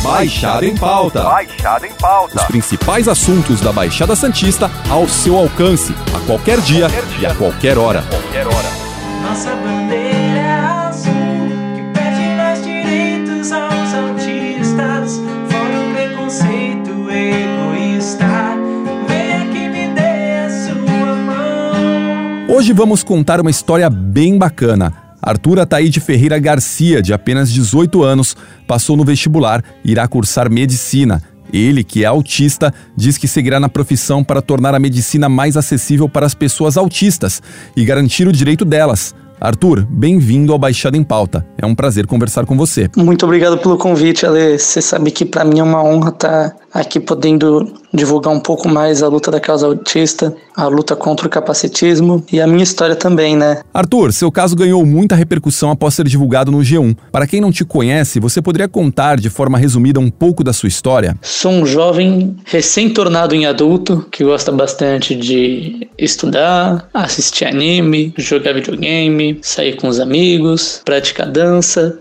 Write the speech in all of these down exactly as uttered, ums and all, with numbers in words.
Baixada em Pauta. Baixada em Pauta. Os principais assuntos da Baixada Santista ao seu alcance, a qualquer dia, qualquer dia. e a qualquer hora. Qualquer hora. Nossa bandeira é azul, que pede mais direitos aos autistas. Fora o preconceito egoísta, venha que me dê a sua mão. Hoje vamos contar uma história bem bacana. Arthur Ataíde Ferreira Garcia, de apenas dezoito anos, passou no vestibular e irá cursar medicina. Ele, que é autista, diz que seguirá na profissão para tornar a medicina mais acessível para as pessoas autistas e garantir o direito delas. Arthur, bem-vindo ao Baixada em Pauta. É um prazer conversar com você. Muito obrigado pelo convite, Ale. Você sabe que para mim é uma honra estar aqui podendo divulgar um pouco mais a luta da causa autista, a luta contra o capacitismo e a minha história também, né? Arthur, seu caso ganhou muita repercussão após ser divulgado no G um. Para quem não te conhece, você poderia contar de forma resumida um pouco da sua história? Sou um jovem recém-tornado em adulto que gosta bastante de estudar, assistir anime, jogar videogame, sair com os amigos, praticar dança,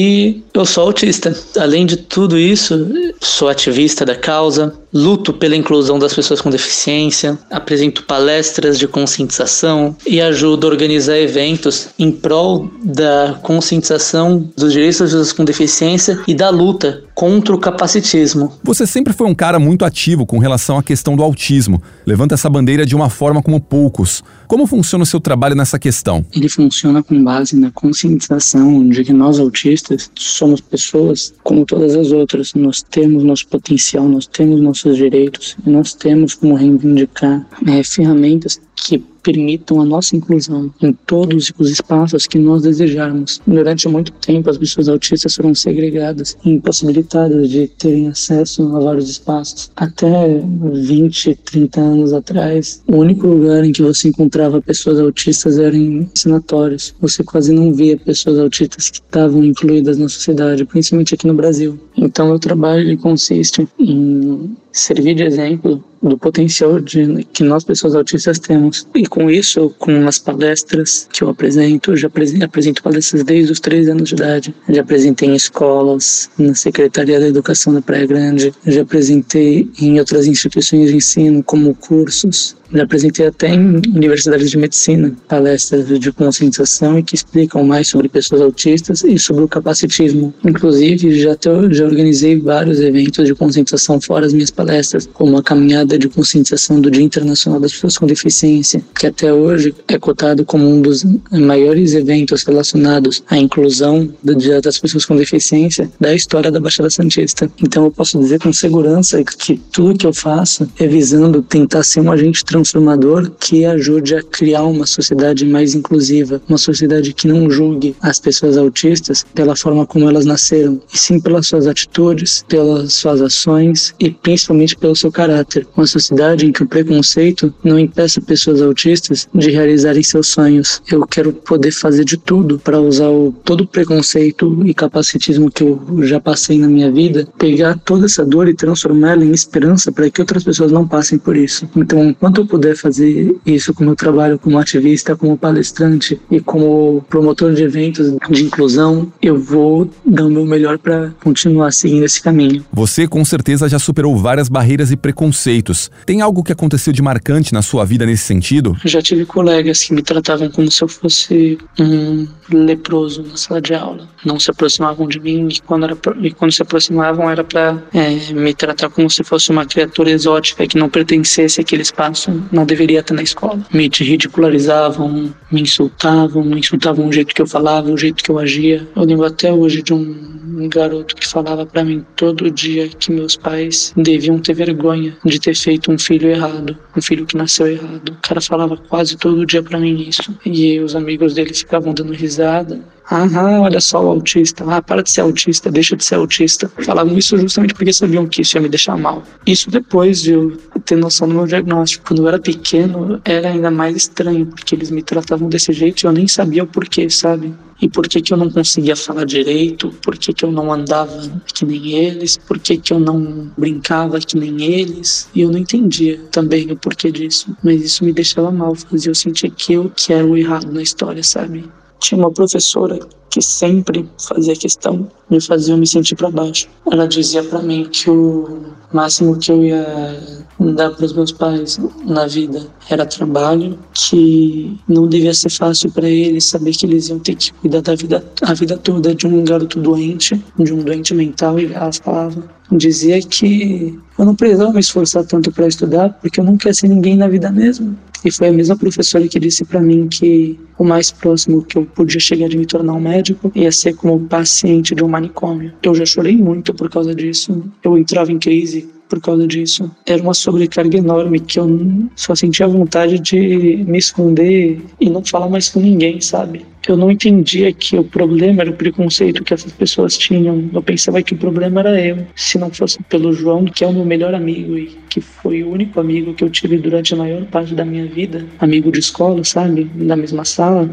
e eu sou autista. Além de tudo isso, sou ativista da causa, luto pela inclusão das pessoas com deficiência, apresento palestras de conscientização e ajudo a organizar eventos em prol da conscientização dos direitos das pessoas com deficiência e da luta contra o capacitismo. Você sempre foi um cara muito ativo com relação à questão do autismo. Levanta essa bandeira de uma forma como poucos. Como funciona o seu trabalho nessa questão? Ele funciona com base na conscientização de que nós autistas somos pessoas como todas as outras. Nós temos nosso potencial, nós temos nossos direitos e nós temos como reivindicar é, ferramentas que permitam a nossa inclusão em todos os espaços que nós desejarmos. Durante muito tempo, as pessoas autistas foram segregadas e impossibilitadas de terem acesso a vários espaços. Até vinte, trinta anos atrás, o único lugar em que você encontrava pessoas autistas era em sanatórios. Você quase não via pessoas autistas que estavam incluídas na sociedade, principalmente aqui no Brasil. Então, meu trabalho ele consiste em servir de exemplo do potencial de, que nós, pessoas autistas, temos. E com isso, com as palestras que eu apresento, eu já apresento, apresento palestras desde os treze anos de idade. Já apresentei em escolas, na Secretaria da Educação da Praia Grande, já apresentei em outras instituições de ensino, como cursos. Já apresentei até em universidades de medicina, palestras de conscientização e que explicam mais sobre pessoas autistas e sobre o capacitismo. Inclusive, já, te, já organizei vários eventos de conscientização fora as minhas palestras, como a caminhada de conscientização do Dia Internacional das Pessoas com Deficiência, que até hoje é cotado como um dos maiores eventos relacionados à inclusão do Dia das Pessoas com Deficiência da história da Baixada Santista. Então eu posso dizer com segurança que tudo que eu faço é visando tentar ser um agente transformador que ajude a criar uma sociedade mais inclusiva, uma sociedade que não julgue as pessoas autistas pela forma como elas nasceram, e sim pelas suas atitudes, pelas suas ações e principalmente pelo seu caráter. Uma sociedade em que o preconceito não impeça pessoas autistas de realizarem seus sonhos. Eu quero poder fazer de tudo para usar o, todo o preconceito e capacitismo que eu já passei na minha vida, pegar toda essa dor e transformá-la em esperança para que outras pessoas não passem por isso. Então, enquanto eu puder fazer isso com o meu trabalho como ativista, como palestrante e como promotor de eventos de inclusão, eu vou dar o meu melhor para continuar seguindo esse caminho. Você com certeza já superou várias barreiras e preconceitos. Tem algo que aconteceu de marcante na sua vida nesse sentido? Já tive colegas que me tratavam como se eu fosse um leproso na sala de aula. Não se aproximavam de mim e quando, era, e quando se aproximavam era para é, me tratar como se fosse uma criatura exótica que não pertencesse àquele espaço, não deveria estar na escola. Me ridicularizavam, me insultavam, me insultavam o jeito que eu falava, o jeito que eu agia. Eu lembro até hoje de um um garoto que falava pra mim todo dia que meus pais deviam ter vergonha de ter feito um filho errado, um filho que nasceu errado. O cara falava quase todo dia pra mim isso. E os amigos dele ficavam dando risada. Ah, olha só o autista. Ah, para de ser autista, deixa de ser autista. Falavam isso justamente porque sabiam que isso ia me deixar mal. Isso depois de eu ter noção do meu diagnóstico. Quando eu era pequeno, era ainda mais estranho, porque eles me tratavam desse jeito e eu nem sabia o porquê, sabe? E por que que eu não conseguia falar direito, por que que eu não andava que nem eles, por que que eu não brincava que nem eles. E eu não entendia também o porquê disso. Mas isso me deixava mal, fazia eu sentir que eu que era o errado na história, sabe? tinha uma professora que sempre fazia questão de fazer eu me sentir para baixo. Ela dizia para mim que o máximo que eu ia dar para os meus pais na vida era trabalho, que não devia ser fácil para eles, saber que eles iam ter que cuidar da vida, a vida toda de um garoto doente, de um doente mental, e ela falava, dizia que eu não precisava me esforçar tanto para estudar, porque eu não quero ser ninguém na vida mesmo. E foi a mesma professora que disse para mim que o mais próximo que eu podia chegar de me tornar um médico ia ser como paciente de um manicômio. Eu já chorei muito por causa disso. Eu entrava em crise por causa disso. Era uma sobrecarga enorme que eu só sentia vontade de me esconder e não falar mais com ninguém, sabe? Eu não entendia que o problema era o preconceito que essas pessoas tinham. Eu pensava que o problema era eu. Se não fosse pelo João, que é o meu melhor amigo e que foi o único amigo que eu tive durante a maior parte da minha vida, amigo de escola, sabe? Na mesma sala,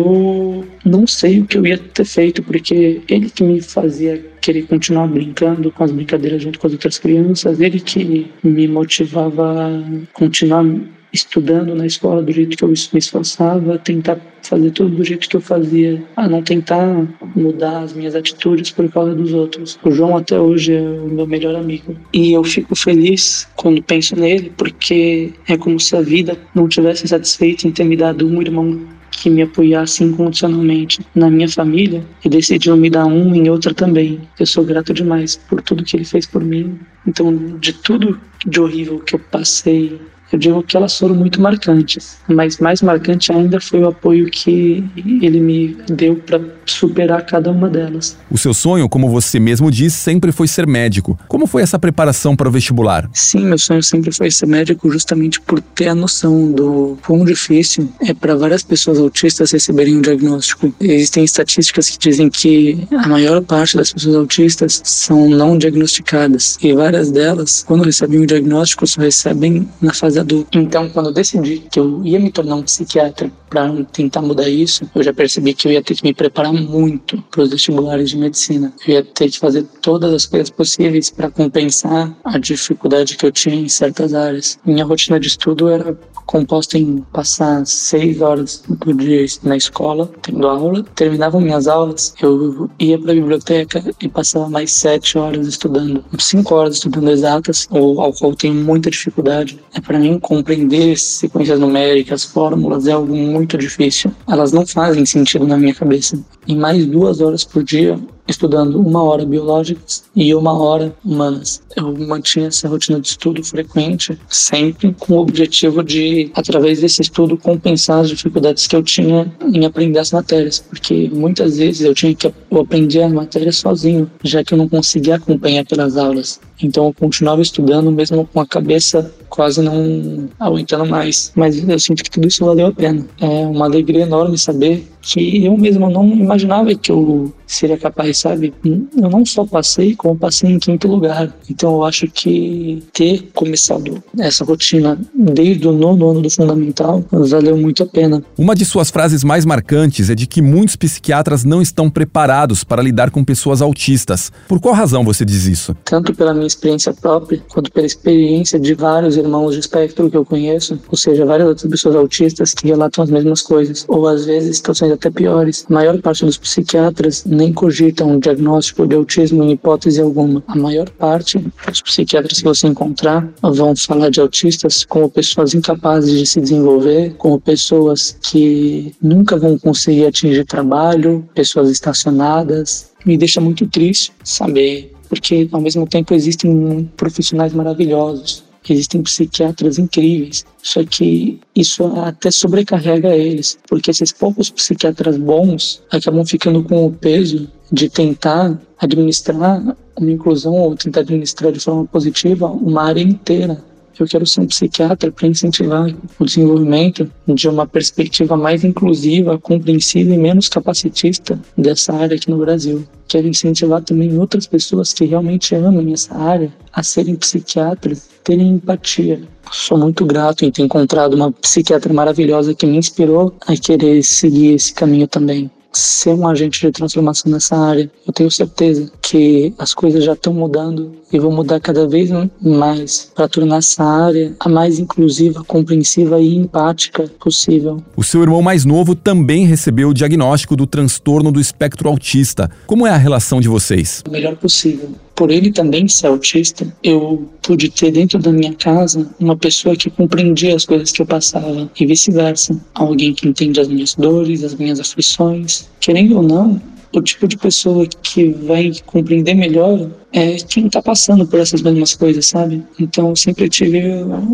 eu não sei o que eu ia ter feito, porque ele que me fazia querer continuar brincando com as brincadeiras junto com as outras crianças, ele que me motivava a continuar estudando na escola do jeito que eu me esforçava, tentar fazer tudo do jeito que eu fazia, a não tentar mudar as minhas atitudes por causa dos outros. O João até hoje é o meu melhor amigo e eu fico feliz quando penso nele, porque é como se a vida não tivesse satisfeito em ter me dado um irmão que me apoiasse incondicionalmente na minha família e decidiu me dar um em outra também. Eu sou grato demais por tudo que ele fez por mim. Então, de tudo de horrível que eu passei, eu digo que elas foram muito marcantes, mas mais marcante ainda foi o apoio que ele me deu para superar cada uma delas. O seu sonho, como você mesmo disse, sempre foi ser médico. Como foi essa preparação para o vestibular? Sim, meu sonho sempre foi ser médico, justamente por ter a noção do quão difícil é para várias pessoas autistas receberem um diagnóstico. Existem estatísticas que dizem que a maior parte das pessoas autistas são não diagnosticadas e várias delas, quando recebem um diagnóstico, só recebem na fase adulta. Então, quando eu decidi que eu ia me tornar um psiquiatra para tentar mudar isso, eu já percebi que eu ia ter que me preparar muito para os vestibulares de medicina. Eu ia ter que fazer todas as coisas possíveis para compensar a dificuldade que eu tinha em certas áreas. Minha rotina de estudo era composta em passar seis horas por dia na escola, tendo aula. Terminavam minhas aulas, eu ia para a biblioteca e passava mais sete horas estudando. Cinco horas estudando exatas, ou ao qual eu tenho muita dificuldade. É para mim compreender sequências numéricas, fórmulas, é algo muito difícil. Elas não fazem sentido na minha cabeça. E mais duas horas por dia estudando uma hora biológicas e uma hora humanas. Eu mantinha essa rotina de estudo frequente, sempre com o objetivo de, através desse estudo, compensar as dificuldades que eu tinha em aprender as matérias, porque muitas vezes eu tinha que eu aprender as matérias sozinho, já que eu não conseguia acompanhar pelas aulas. Então eu continuava estudando mesmo com a cabeça quase não aguentando mais. Mas eu sinto que tudo isso valeu a pena. É uma alegria enorme saber que eu mesmo não imaginava que eu seria capaz, sabe? Eu não só passei, como passei em quinto lugar. Então eu acho que ter começado essa rotina desde o nono ano do fundamental valeu muito a pena. Uma de suas frases mais marcantes é de que muitos psiquiatras não estão preparados para lidar com pessoas autistas. Por qual razão você diz isso? Tanto pela minha experiência própria, quanto pela experiência de vários irmãos de espectro que eu conheço, ou seja, várias outras pessoas autistas que relatam as mesmas coisas, ou às vezes situações até piores. A maior parte dos psiquiatras nem cogitam um diagnóstico de autismo em hipótese alguma. A maior parte dos psiquiatras que você encontrar vão falar de autistas como pessoas incapazes de se desenvolver, como pessoas que nunca vão conseguir atingir trabalho, pessoas estacionadas. Me deixa muito triste saber, porque ao mesmo tempo existem profissionais maravilhosos, existem psiquiatras incríveis, só que isso até sobrecarrega eles, porque esses poucos psiquiatras bons acabam ficando com o peso de tentar administrar uma inclusão ou tentar administrar de forma positiva uma área inteira. Eu quero ser um psiquiatra para incentivar o desenvolvimento de uma perspectiva mais inclusiva, compreensiva e menos capacitista dessa área aqui no Brasil. Quero incentivar também outras pessoas que realmente amam essa área a serem psiquiatras, terem empatia. Sou muito grato em ter encontrado uma psiquiatra maravilhosa que me inspirou a querer seguir esse caminho também. ser um agente de transformação nessa área. Eu tenho certeza que as coisas já estão mudando e vão mudar cada vez mais para tornar essa área a mais inclusiva, compreensiva e empática possível. O seu irmão mais novo também recebeu o diagnóstico do transtorno do espectro autista. Como é a relação de vocês? O melhor possível. Por ele também ser autista, eu pude ter dentro da minha casa uma pessoa que compreendia as coisas que eu passava e vice-versa. Alguém que entende as minhas dores, as minhas aflições. Querendo ou não, o tipo de pessoa que vai compreender melhor é quem está passando por essas mesmas coisas, sabe? Então eu sempre tive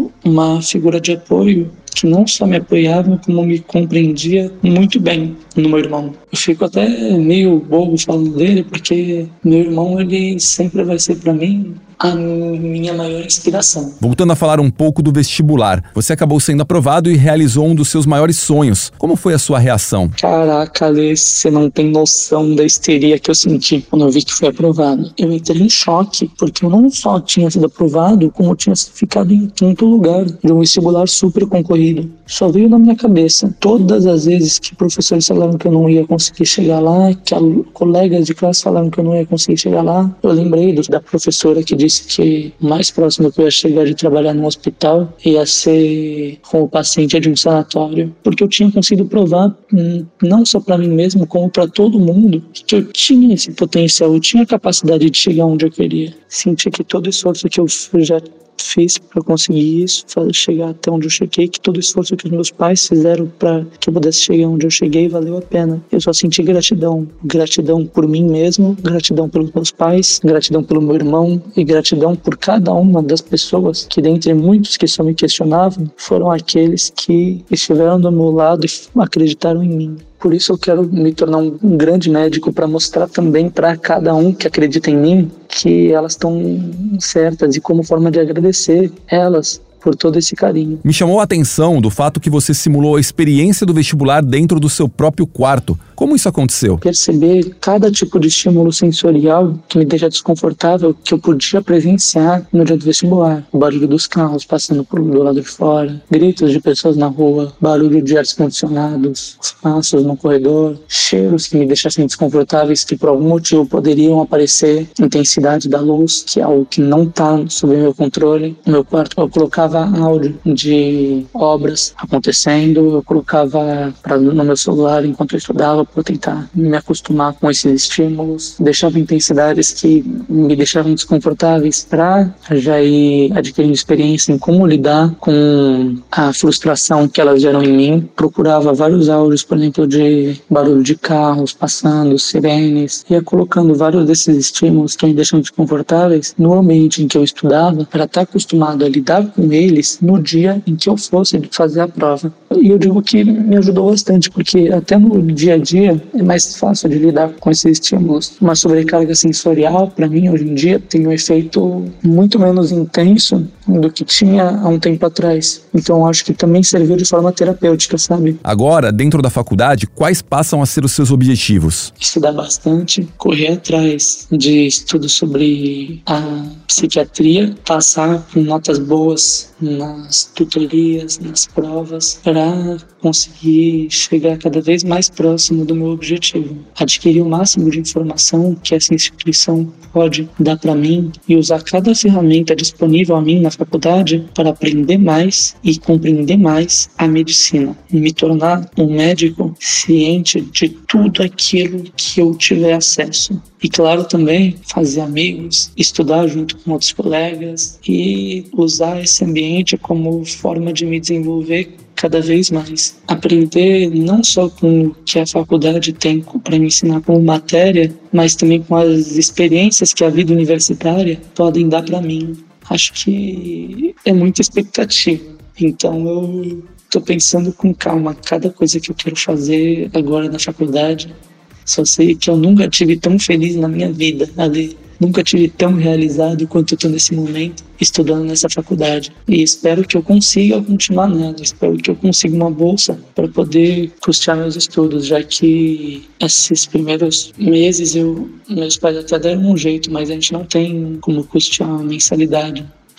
uma figura de apoio que não só me apoiava, como me compreendia muito bem no meu irmão. Eu fico até meio bobo falando dele, porque meu irmão, ele sempre vai ser para mim a minha maior inspiração. Voltando a falar um pouco do vestibular, você acabou sendo aprovado e realizou um dos seus maiores sonhos. Como foi a sua reação? Caraca, Alê, você não tem noção da histeria que eu senti quando eu vi que foi aprovado. Eu entrei em choque, porque eu não só tinha sido aprovado, como eu tinha ficado em quinto lugar de um vestibular super concorrido. Só veio na minha cabeça todas as vezes que professores falaram que eu não ia conseguir chegar lá, que colegas de classe falaram que eu não ia conseguir chegar lá. Eu lembrei da professora que disse que o mais próximo que eu ia chegar de trabalhar num hospital ia ser como paciente de um sanatório, porque eu tinha conseguido provar, não só para mim mesmo, como para todo mundo, que eu tinha esse potencial, eu tinha a capacidade de chegar onde eu queria. Senti que todo esforço que eu já fiz para conseguir isso, chegar até onde eu cheguei, que todo o esforço que os meus pais fizeram para que eu pudesse chegar onde eu cheguei valeu a pena. Eu só senti gratidão, gratidão por mim mesmo, gratidão pelos meus pais, gratidão pelo meu irmão e gratidão por cada uma das pessoas que, dentre muitos que só me questionavam, foram aqueles que estiveram do meu lado e acreditaram em mim. Por isso eu quero me tornar um grande médico para mostrar também para cada um que acredita em mim que elas estão certas e como forma de agradecer elas por todo esse carinho. Me chamou a atenção do fato que você simulou a experiência do vestibular dentro do seu próprio quarto. Como isso aconteceu? Perceber cada tipo de estímulo sensorial que me deixa desconfortável, que eu podia presenciar no dia do vestibular. O barulho dos carros passando por do lado de fora, gritos de pessoas na rua, barulho de ares condicionados, os passos no corredor, cheiros que me deixassem desconfortáveis, que por algum motivo poderiam aparecer, intensidade da luz, que é algo que não está sob meu controle. No meu quarto eu colocava áudio de obras acontecendo, eu colocava pra, no meu celular enquanto eu estudava para tentar me acostumar com esses estímulos, deixava intensidades que me deixavam desconfortáveis para já ir adquirindo experiência em como lidar com a frustração que elas geram em mim. Procurava vários áudios, por exemplo, de barulho de carros passando, sirenes, ia colocando vários desses estímulos que me deixam desconfortáveis no ambiente em que eu estudava para estar acostumado a lidar com eles no dia em que eu fosse fazer a prova. E eu digo que me ajudou bastante, porque até no dia a dia é mais fácil de lidar com esses estímulos. Uma sobrecarga sensorial, para mim, hoje em dia, tem um efeito muito menos intenso do que tinha há um tempo atrás. Então, acho que também serviu de forma terapêutica, sabe? Agora, dentro da faculdade, quais passam a ser os seus objetivos? Estudar bastante, correr atrás de estudos sobre a psiquiatria, passar com notas boas nas tutorias, nas provas, para conseguir chegar cada vez mais próximo do meu objetivo. Adquirir o máximo de informação que essa instituição pode dar para mim e usar cada ferramenta disponível a mim na faculdade para aprender mais e compreender mais a medicina. E me tornar um médico ciente de tudo aquilo que eu tiver acesso. E claro, também fazer amigos, estudar junto com outros colegas e usar esse ambiente como forma de me desenvolver cada vez mais. Aprender não só com o que a faculdade tem para me ensinar como matéria, mas também com as experiências que a vida universitária podem dar para mim. Acho que é muita expectativa. Então eu estou pensando com calma cada coisa que eu quero fazer agora na faculdade. Só sei que eu nunca tive tão feliz na minha vida, ali. Nunca tive tão realizado quanto eu estou nesse momento, estudando nessa faculdade. E espero que eu consiga continuar nela. Espero que eu consiga uma bolsa para poder custear meus estudos, já que esses primeiros meses eu, meus pais até deram um jeito, mas a gente não tem como custear uma mensalidade.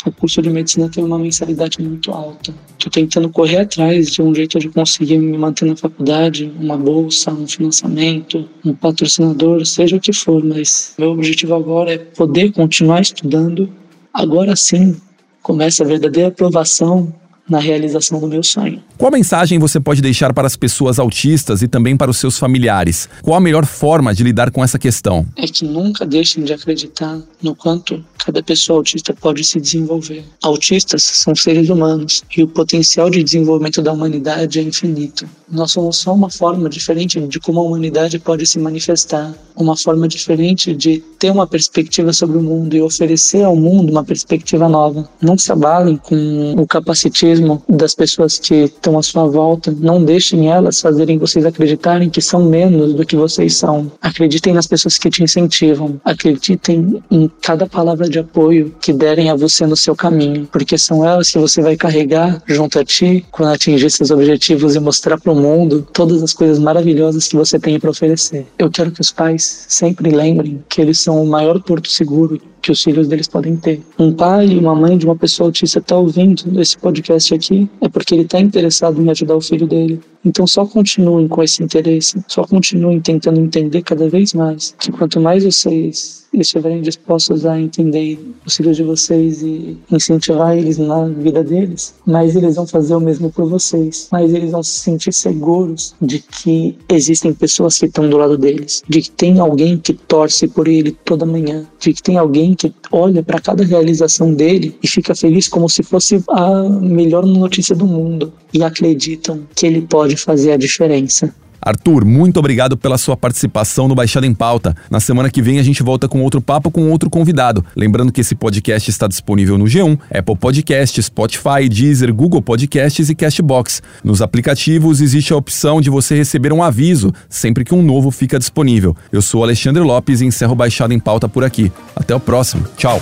o curso de medicina tem uma mensalidade muito alta. Estou tentando correr atrás de um jeito de conseguir me manter na faculdade, uma bolsa, um financiamento, um patrocinador, seja o que for, mas meu objetivo agora é poder continuar estudando. Agora sim, começa a verdadeira aprovação na realização do meu sonho. Qual mensagem você pode deixar para as pessoas autistas e também para os seus familiares? Qual a melhor forma de lidar com essa questão? É que nunca deixem de acreditar no quanto cada pessoa autista pode se desenvolver. Autistas são seres humanos e o potencial de desenvolvimento da humanidade é infinito. Nós somos só uma forma diferente de como a humanidade pode se manifestar, uma forma diferente de ter uma perspectiva sobre o mundo e oferecer ao mundo uma perspectiva nova. Não se abalem com o capacitismo das pessoas que estão à sua volta. Não deixem elas fazerem vocês acreditarem que são menos do que vocês são. Acreditem nas pessoas que te incentivam. Acreditem em cada palavra de apoio que derem a você no seu caminho, porque são elas que você vai carregar junto a ti quando atingir seus objetivos e mostrar para o mundo todas as coisas maravilhosas que você tem para oferecer. Eu quero que os pais sempre lembrem que eles são o maior porto seguro que os filhos deles podem ter. Um pai e uma mãe de uma pessoa autista está ouvindo esse podcast aqui, é porque ele está interessado em ajudar o filho dele. Então só continuem com esse interesse, só continuem tentando entender cada vez mais, que quanto mais vocês estiverem dispostos a entender os filhos de vocês e incentivar eles na vida deles, mais eles vão fazer o mesmo por vocês, mais eles vão se sentir seguros de que existem pessoas que estão do lado deles, de que tem alguém que torce por ele toda manhã, de que tem alguém que olha para cada realização dele e fica feliz como se fosse a melhor notícia do mundo e acreditam que ele pode fazer a diferença. Arthur, muito obrigado pela sua participação no Baixada em Pauta. Na semana que vem a gente volta com outro papo com outro convidado. Lembrando que esse podcast está disponível no G um, Apple Podcasts, Spotify, Deezer, Google Podcasts e Castbox. Nos aplicativos existe a opção de você receber um aviso sempre que um novo fica disponível. Eu sou Alexandre Lopes e encerro o Baixada em Pauta por aqui. Até o próximo. Tchau.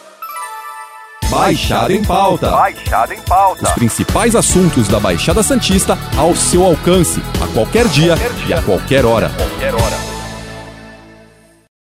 Baixada em Pauta. Baixada em Pauta. Os principais assuntos da Baixada Santista ao seu alcance, a qualquer dia, qualquer dia. e a qualquer hora. Qualquer hora.